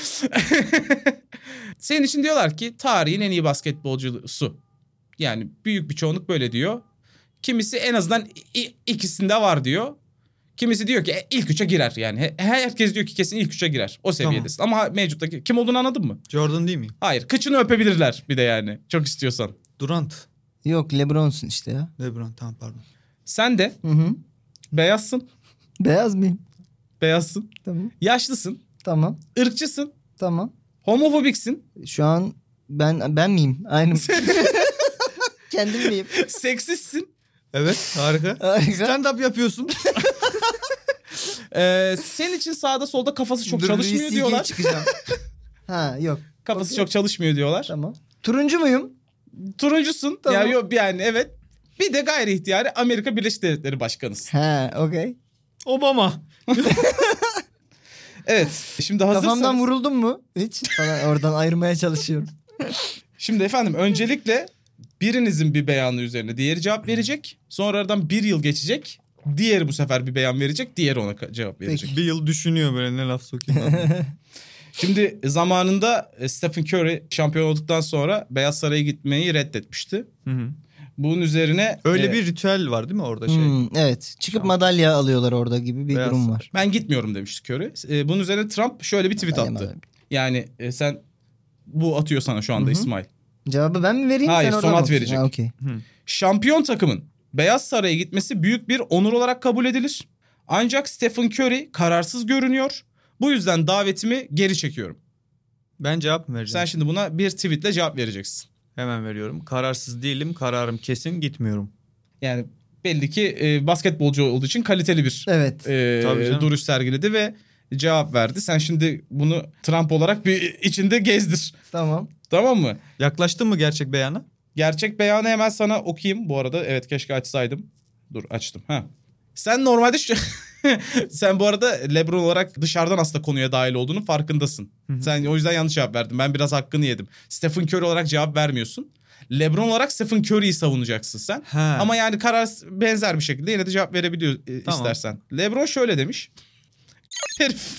Senin için diyorlar ki tarihin en iyi basketbolcusu. Yani büyük bir çoğunluk böyle diyor. Kimisi en azından ikisinde var diyor. Kimisi diyor ki ilk üçe girer yani. Herkes diyor ki kesin ilk üçe girer. O seviyedesin. Ama mevcuttaki kim olduğunu anladın mı? Jordan değil mi? Hayır. Kıçını öpebilirler bir de yani. Çok istiyorsan. Durant. Yok, LeBron'sun işte ya. LeBron, tamam pardon. Sen de Hı hı. beyazsın. Beyaz mıyım? Beyazsın. Tamam. Yaşlısın. Tamam. Irkçısın. Tamam. Homofobiksin. Şu an ben miyim? Aynı. Kendim miyim? Seksistsin. Evet, harika. Harika. Stand-up yapıyorsun. Senin için sağda solda kafası çok Dur, çalışmıyor VCG'ye diyorlar. çıkacağım. Ha yok. Kafası Okey. çok çalışmıyor diyorlar. Tamam. Turuncu muyum? Turuncusun. Tamam. Yani, yani evet. Bir de gayri ihtiyari Amerika Birleşik Devletleri Başkanısın. Ha, okey. Obama. Evet. Şimdi hazırsanız. Kafamdan vuruldun mu? Hiç. Falan oradan ayırmaya çalışıyorum. Şimdi efendim öncelikle birinizin bir beyanı üzerine diğeri cevap verecek. Sonra aradan bir yıl geçecek. Diğeri bu sefer bir beyan verecek. Diğeri ona cevap verecek. Bir yıl düşünüyor böyle, ne laf sokayım. Şimdi zamanında Stephen Curry şampiyon olduktan sonra Beyaz Saray'a gitmeyi reddetmişti. Hı hı. Bunun üzerine... Öyle bir ritüel var değil mi orada şey? Evet. Çıkıp madalya alıyorlar orada gibi bir Beyaz durum Saray. var. Ben gitmiyorum demişti Curry. Bunun üzerine Trump şöyle bir tweet Madalya, attı. madalya. Yani sen bu atıyor sana şu anda Hı hı. İsmail. Cevabı ben mi vereyim? Hayır, sen oradan Sonat mı verecek. Ha, okey. Şampiyon takımın Beyaz Saray'a gitmesi büyük bir onur olarak kabul edilir. Ancak Stephen Curry kararsız görünüyor. Bu yüzden davetimi geri çekiyorum. Ben cevap mı vereceğim? Sen şimdi buna bir tweetle cevap vereceksin. Hemen veriyorum. Kararsız değilim, kararım kesin, gitmiyorum. Yani belli ki basketbolcu olduğu için kaliteli bir Evet. Tabii canım. duruş sergiledi ve cevap verdi. Sen şimdi bunu Trump olarak bir içinde gezdir. Tamam. Tamam mı? Yaklaştın mı gerçek beyana? Gerçek beyanı hemen sana okuyayım bu arada. Evet, keşke açsaydım. Dur, açtım. Ha. Sen normalde sen bu arada LeBron olarak dışarıdan aslında konuya dahil olduğunun farkındasın. Hı hı. Sen o yüzden yanlış cevap verdin. Ben biraz hakkını yedim. Stephen Curry olarak cevap vermiyorsun. LeBron olarak Stephen Curry'yi savunacaksın sen. Ha. Ama yani karar benzer bir şekilde yine de cevap verebiliyor Tamam. istersen. LeBron şöyle demiş. Herif.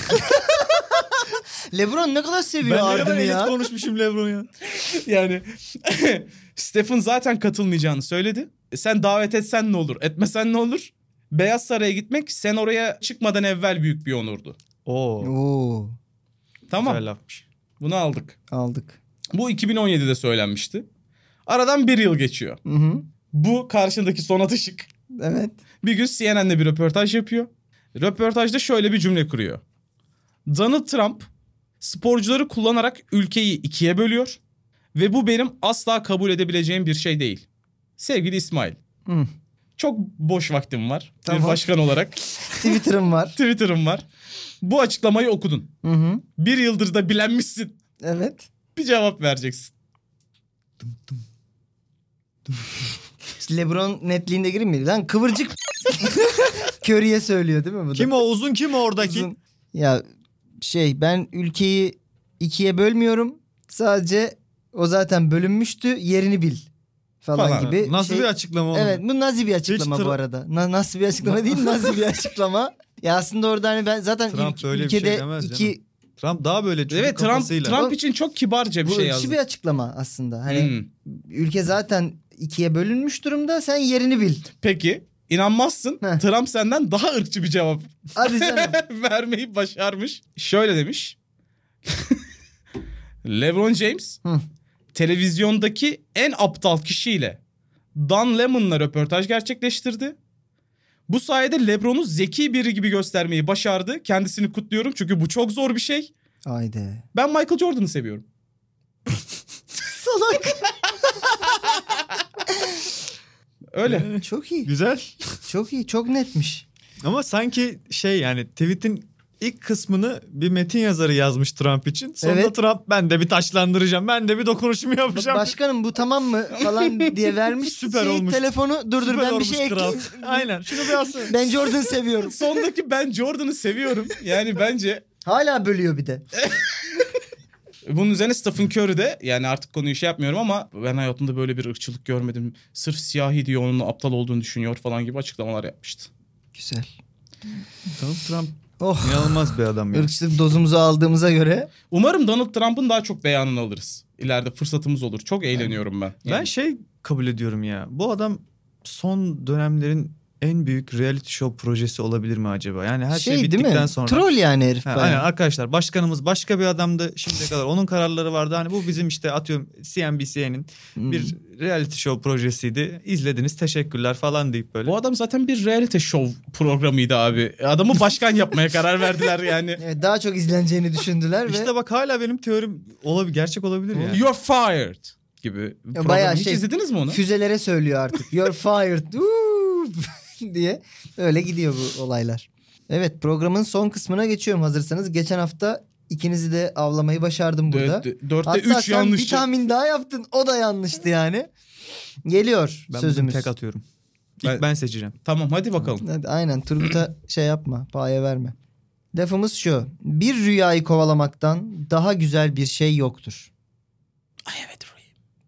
LeBron ne kadar seviyor ben ne kadar Arda'nı elit ya. konuşmuşum LeBron ya. Yani Stephen zaten katılmayacağını söyledi. Sen davet etsen ne olur, etmesen ne olur? Beyaz Saray'a gitmek sen oraya çıkmadan evvel büyük bir onurdu. Oo. Oo, Tamam. Güzel lafmış. Bunu aldık. aldık. Bu 2017'de söylenmişti. Aradan bir yıl geçiyor. Hı hı. Bu karşındaki Sonat Işık Evet. bir gün CNN'de bir röportaj yapıyor. Röportajda şöyle bir cümle kuruyor. Donald Trump sporcuları kullanarak ülkeyi ikiye bölüyor. Ve bu benim asla kabul edebileceğim bir şey değil. Sevgili İsmail. Hı. Çok boş vaktim var. Tamam. Bir başkan olarak. Twitter'ım var. Twitter'ım var. Bu açıklamayı okudun. Hı hı. Bir yıldır da bilenmişsin. Evet. Bir cevap vereceksin. İşte LeBron netliğinde gireyim mi? Lan kıvırcık Curry'e söylüyor değil mi bu da? Kim o uzun, kim o oradaki? Uzun. Ya ben ülkeyi ikiye bölmüyorum. Sadece o zaten bölünmüştü, yerini bil falan gibi. Nasıl bir açıklama oldu? Evet, bu nazi bir açıklama Hiç bu arada. Nasıl bir açıklama değil, nazi bir açıklama. Ya aslında orada hani ben zaten Trump böyle bir şey ülkede demez iki canım. Trump daha böyle çocuk Evet, kafasıyla. Trump için çok kibarca bir bu şey ırkçı yazdı. bir açıklama aslında. Hani Hmm. ülke zaten ikiye bölünmüş durumda, sen yerini bil. Peki inanmazsın. Heh. Trump senden daha ırkçı bir cevap Hadi canım. vermeyi başarmış. Şöyle demiş. LeBron James Hı. televizyondaki en aptal kişiyle Don Lemon'la röportaj gerçekleştirdi. Bu sayede LeBron'u zeki biri gibi göstermeyi başardı. Kendisini kutluyorum çünkü bu çok zor bir şey. Haydi. Ben Michael Jordan'ı seviyorum. Salak. Öyle. Çok iyi. Güzel. Çok iyi. Çok netmiş. Ama sanki yani tweet'in ilk kısmını bir metin yazarı yazmış Trump için. Sonra Evet. Trump ben de bir taşlandıracağım. Ben de bir dokunuşumu yapacağım. Başkanım bu tamam mı falan diye vermiş. Süper olmuş. Telefonu dur Süper ben bir olmuş şey kral. ekleyeyim. Aynen. Şunu bir alsana. Ben Jordan seviyorum. Sondaki ben Jordan'ı seviyorum. Yani bence Hala bölüyor bir de. Bunun üzerine Stephen Curry de, yani artık konuyu şey yapmıyorum ama ben hayatımda böyle bir ırkçılık görmedim. Sırf siyahi diye onun aptal olduğunu düşünüyor falan gibi açıklamalar yapmıştı. Güzel. Donald Trump Oh. inanılmaz bir adam ya. Irkçılık dozumuzu aldığımıza göre. Umarım Donald Trump'ın daha çok beyanını alırız. İleride fırsatımız olur. Çok eğleniyorum ben. Ben kabul ediyorum ya. Bu adam son dönemlerin en büyük reality show projesi olabilir mi acaba? Yani her şey değil bittikten mi? sonra. Troll yani herif. Ha, bayağı. aynen arkadaşlar, başkanımız başka bir adamdı şimdiye kadar. Onun kararları vardı. Hani bu bizim işte atıyorum CNBC'nin bir reality show projesiydi. İzlediniz, teşekkürler falan deyip böyle. Bu adam zaten bir reality show programıydı abi. Adamı başkan yapmaya karar verdiler yani. Evet, daha çok izleneceğini düşündüler ve İşte bak hala benim teorim gerçek olabilir yani. You're fired gibi. bayağı Hiç izlediniz mi onu? füzelere söylüyor artık. You're fired diye öyle gidiyor bu olaylar. Evet, programın son kısmına geçiyorum hazırsanız. Geçen hafta ikinizi de avlamayı başardım burada. 4'te Hatta 3 sen yanlış. bir tahmin daha yaptın. O da yanlıştı yani. Geliyor Ben sözümüz. tek atıyorum. İlk ben seçeceğim. Tamam, hadi bakalım. Hadi, aynen, Turgut'a şey yapma, paya verme. Lafımız şu: bir rüyayı kovalamaktan daha güzel bir şey yoktur. Ay evet, dream.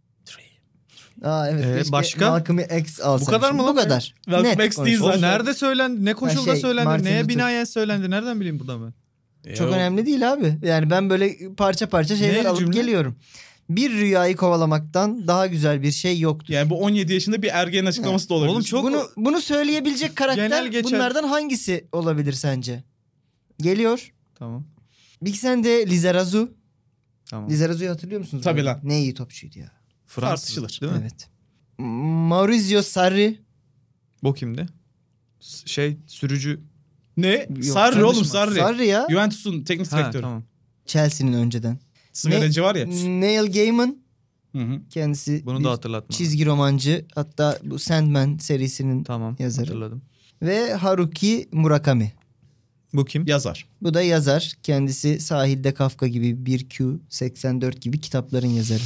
Aa evet, keşke başka? Malcolm X alsaymışım. Bu kadar mı lan? Bu kadar. Malcolm Net X konuş. değil Oğlum zaten. nerede söylendi? Ne koşulda söylendi? Martin Neye Luther. binaen söylendi? Nereden bileyim buradan ben? Çok önemli değil abi. Yani ben böyle parça parça şeyler Ne alıp cümle? geliyorum. Bir rüyayı kovalamaktan daha güzel bir şey yoktur. Yani bu 17 yaşında bir ergenin açıklaması da olabilir. Oğlum çok Bunu söyleyebilecek karakter Genel geçer. bunlardan hangisi olabilir sence? Geliyor. Tamam. Bir sen de Lizarazu. Tamam. Lizarazu'yu hatırlıyor musunuz? Tabii lan. Ne iyi topçuydu ya. Fransız Tartışılır. değil mi? Evet. Maurizio Sarri. Bu kimdi? Sürücü. Ne? Yok, Sarri yanlış oğlum, mı? Sarri. Sarri ya. Juventus'un teknik Ha, direktörü. tamam. Chelsea'nin önceden. Sigaracı var ya. Neil Gaiman. Hı hı. Kendisi Bunu bir da hatırlatma. çizgi romancı. Hatta bu Sandman serisinin Tamam. yazarı. Hatırladım. Ve Haruki Murakami. Bu kim? Yazar. Bu da yazar. Kendisi Sahilde Kafka gibi, 1Q, 84 gibi kitapların yazarı.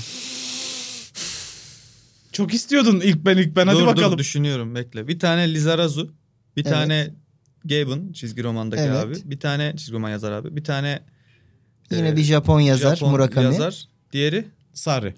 Çok istiyordun ilk ben hadi bakalım. Dur düşünüyorum, bekle. Bir tane Lizarazu. Bir Evet. tane Gaben çizgi romandaki Evet. abi. Bir tane çizgi roman yazar abi. Bir tane Yine bir Japon yazar Murakami. yazar. Diğeri Sarri.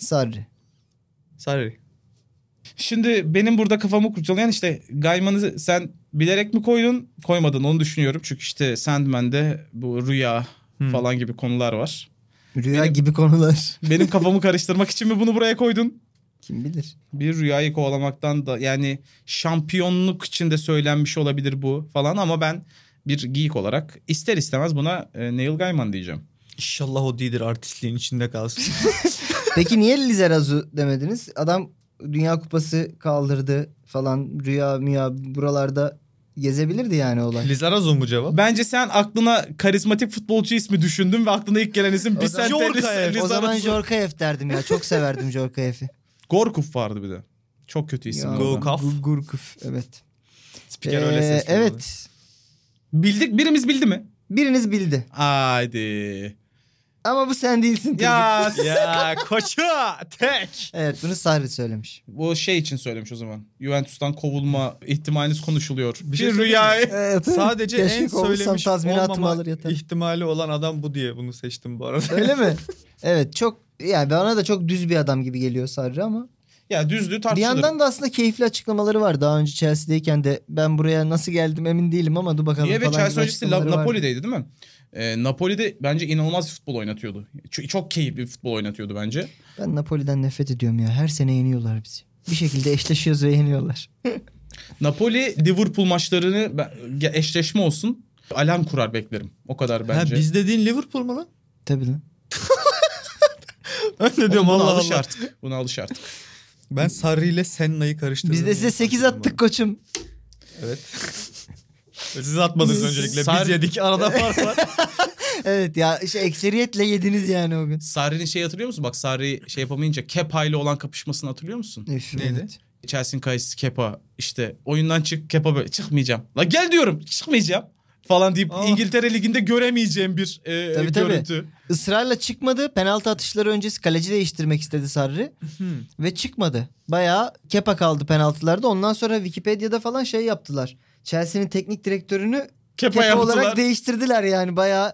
Sarri. Şimdi benim burada kafamı kurcalayan işte Gaiman'ı sen bilerek mi koydun, koymadın onu düşünüyorum. Çünkü işte Sandman'de bu rüya falan gibi konular var. Rüya gibi konular. Benim kafamı karıştırmak için mi bunu buraya koydun? Kim bilir. Bir rüyayı kovalamaktan da, yani şampiyonluk için de söylenmiş olabilir bu falan ama ben bir geek olarak ister istemez buna Neil Gaiman diyeceğim. İnşallah o değildir, artistliğin içinde kalsın. Peki niye Lizarazu demediniz? Adam Dünya Kupası kaldırdı falan, rüya müya buralarda gezebilirdi yani olay. Lizarazu mu cevap? Bence sen aklına karizmatik futbolcu ismi düşündün ve aklına ilk gelen isim O zaman Vicente O zaman Lizarazu. Jorkaev derdim ya. Çok severdim Jorkaev'i. Gorkuf vardı bir de. Çok kötü isim. Ya, bu Go adam. Kaf. Gurkuf, evet. Spiker öyle sesleniyor. Evet. Bildik, birimiz bildi mi? Biriniz bildi. Haydi. Ama bu sen değilsin. Turgut. Ya Ya koçu tek. Evet, bunu Sarri söylemiş. bu şey için söylemiş o zaman. Juventus'tan kovulma ihtimaliniz konuşuluyor. Bir şey rüyayı. Evet. Sadece en Keşke kovulsam, söylemiş tazminatımı olmama alır yatar. ihtimali olan adam bu diye bunu seçtim bu arada. Öyle mi? Evet, çok yani bana da çok düz bir adam gibi geliyor Sarri ama Ya düzlüğü bir tartışılır. yandan da aslında keyifli açıklamaları var. Daha önce Chelsea'deyken de ben buraya nasıl geldim emin değilim ama dur bakalım Niye ve falan Chelsea gibi öncesi açıklamaları vardı. Napoli'deydi değil mi? Napoli'de bence inanılmaz futbol oynatıyordu. Çok keyifli bir futbol oynatıyordu bence. Ben Napoli'den nefret ediyorum ya. Her sene yeniyorlar bizi. Bir şekilde eşleşiyoruz ve yeniyorlar. Napoli Liverpool maçlarını eşleşme olsun. Alarm kurar beklerim. O kadar bence. Ha, biz dediğin Liverpool mu lan? Tabii lan. Ben ne diyorum, Buna Allah alış Allah. artık. Buna alış artık. Ben Sarri ile Senna'yı karıştırdım. Biz de size 8 attık koçum. Evet. Siz atmadınız öncelikle. Biz yedik. Arada fark var. Evet ya, işte ekseriyetle yediniz yani o gün. Sarri'nin şey hatırlıyor musun? Bak Sarri şey yapamayınca Kepa ile olan kapışmasını hatırlıyor musun? Üf, Neydi? evet. Chelsea'nin kayısı Kepa işte oyundan çık, Kepa böyle çıkmayacağım. La gel diyorum, çıkmayacağım falan deyip İngiltere Ligi'nde göremeyeceğim bir Tabii. görüntü. Israrla çıkmadı. Penaltı atışları öncesi kaleci değiştirmek istedi Sarri. Ve çıkmadı. Bayağı Kepa kaldı penaltılarda. Ondan sonra Wikipedia'da falan şey yaptılar. Chelsea'nin teknik direktörünü Kepa Kepa yaptılar. olarak değiştirdiler yani. Bayağı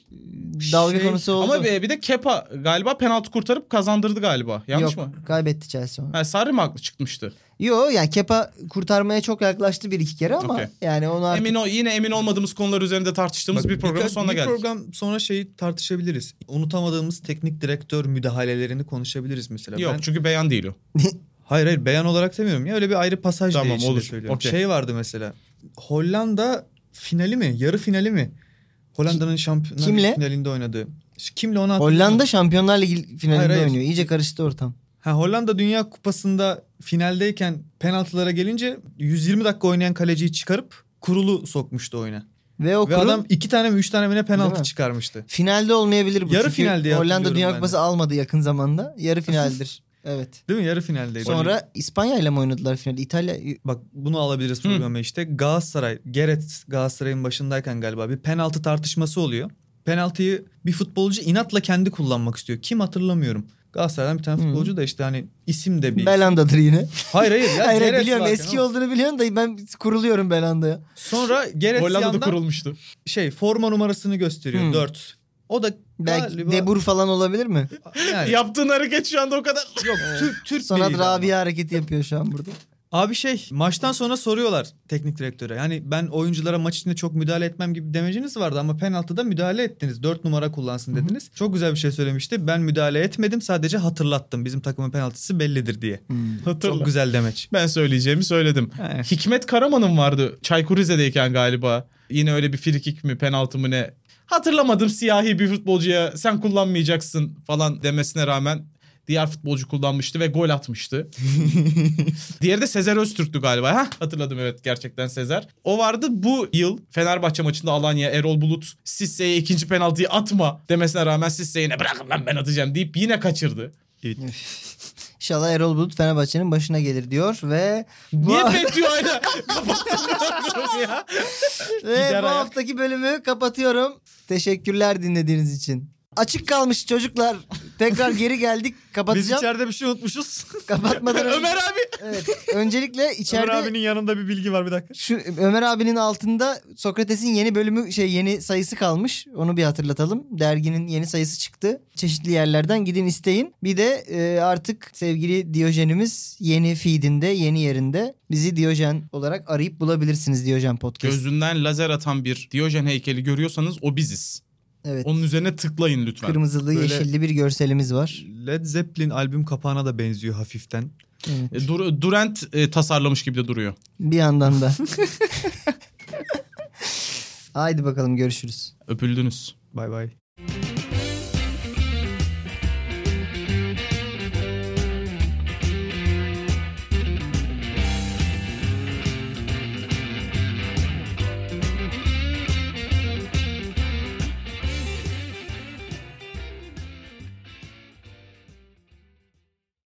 dalga konusu oldu. Ama bir de Kepa galiba penaltı kurtarıp kazandırdı galiba. Yanlış mı? Kaybetti Chelsea onu. Ha, Sarri mi haklı çıkmıştı? Yo yani Kepa kurtarmaya çok yaklaştı bir iki kere ama Okay. yani onu artık... Yine emin olmadığımız konular üzerinde tartıştığımız bir programın sonuna geldik. Bir program sonra şeyi tartışabiliriz. Unutamadığımız teknik direktör müdahalelerini konuşabiliriz mesela. Yok çünkü beyan değil o. Hayır beyan olarak demiyorum ya, öyle bir ayrı pasaj Tamam, diye içinde olur. söylüyorum. Okay. Şey vardı mesela, Hollanda finali mi, yarı finali mi? Hollanda'nın şampiyonlar Kimle? finalinde oynadığı. Kimle onu hatırlıyorum. Hollanda Şampiyonlar Ligi finalinde Hayır. oynuyor. İyice karıştı ortam. Hollanda Dünya Kupası'nda finaldeyken penaltılara gelince 120 dakika oynayan kaleciyi çıkarıp Kurul'u sokmuştu oyuna. Ve o Ve kurul adam 2 tane mi 3 tane mi ne Değil penaltı mi? çıkarmıştı. finalde olmayabilir bu. Yarı Çünkü final diye Hollanda hatırlıyorum Dünya ben de. Kupası almadı yakın zamanda. Yarı finaldir. Evet. Değil mi? Yarı finaldeydi. Sonra İspanya ile mi oynadılar finali? İtalya... Bak bunu alabiliriz programa işte. Galatasaray, Gerrit Galatasaray'ın başındayken galiba bir penaltı tartışması oluyor. Penaltıyı bir futbolcu inatla kendi kullanmak istiyor. Kim hatırlamıyorum. Galatasaray'dan bir tane futbolcu da işte hani isim de bir... Belanda'dır yine. Hayır ya. Hayır Gerrit biliyorum varken eski o. olduğunu biliyorum da ben kuruluyorum Belanda'ya. Sonra Gerrit Hollanda'da yandan kurulmuştu. forma numarasını gösteriyor 4. O da Belki galiba... De Boer falan olabilir mi? Yani, Yaptığın hareket şu anda o kadar. yok Türk Sonat biriydi ama. Rabia hareketi yapıyor şu an burada. Abi maçtan sonra soruyorlar teknik direktöre. Yani ben oyunculara maç içinde çok müdahale etmem gibi demeciniz vardı ama penaltıda müdahale ettiniz. 4 numara kullansın dediniz. Çok güzel bir şey söylemişti. Ben müdahale etmedim, sadece hatırlattım. Bizim takımın penaltısı bellidir diye. Hatırla. Çok güzel demeç. Ben söyleyeceğimi söyledim. He. Hikmet Karaman'ın vardı. Çaykur Rize'deyken galiba. Yine öyle bir frikik mi penaltı mı ne? Hatırlamadım, siyahi bir futbolcuya sen kullanmayacaksın falan demesine rağmen diğer futbolcu kullanmıştı ve gol atmıştı. Diğeri de Sezer Öztürk'tü galiba. Hatırladım, evet, gerçekten Sezer. O vardı. Bu yıl Fenerbahçe maçında Alanya Erol Bulut Sisse'ye ikinci penaltıyı atma demesine rağmen Sisse yine bırakın lan ben atacağım deyip yine kaçırdı. İnşallah Erol Bulut Fenerbahçe'nin başına gelir diyor ve... Niye bekliyor hala? Kapatıyorum ya. Ve Gider bu ayak. haftaki bölümü kapatıyorum. Teşekkürler dinlediğiniz için. Açık kalmış çocuklar. Tekrar geri geldik. Biz Kapatacağım. içeride bir şey unutmuşuz. Kapatmadan önce... Ömer abi. Evet. Öncelikle içeride... Ömer abinin yanında bir bilgi var, bir dakika. Şu Ömer abinin altında Sokrates'in yeni bölümü yeni sayısı kalmış. Onu bir hatırlatalım. Derginin yeni sayısı çıktı. Çeşitli yerlerden gidin isteyin. Bir de artık sevgili Diyojen'imiz yeni feedinde, yeni yerinde. Bizi Diyojen olarak arayıp bulabilirsiniz, Diyojen Podcast. Gözünden lazer atan bir Diyojen heykeli görüyorsanız o biziz. Evet. Onun üzerine tıklayın lütfen. Kırmızılı, Böyle- yeşilli bir görselimiz var. Led Zeppelin albüm kapağına da benziyor hafiften. Evet. Durant tasarlamış gibi de duruyor. Bir yandan da. Haydi bakalım, görüşürüz. Öpüldünüz. Bay bay.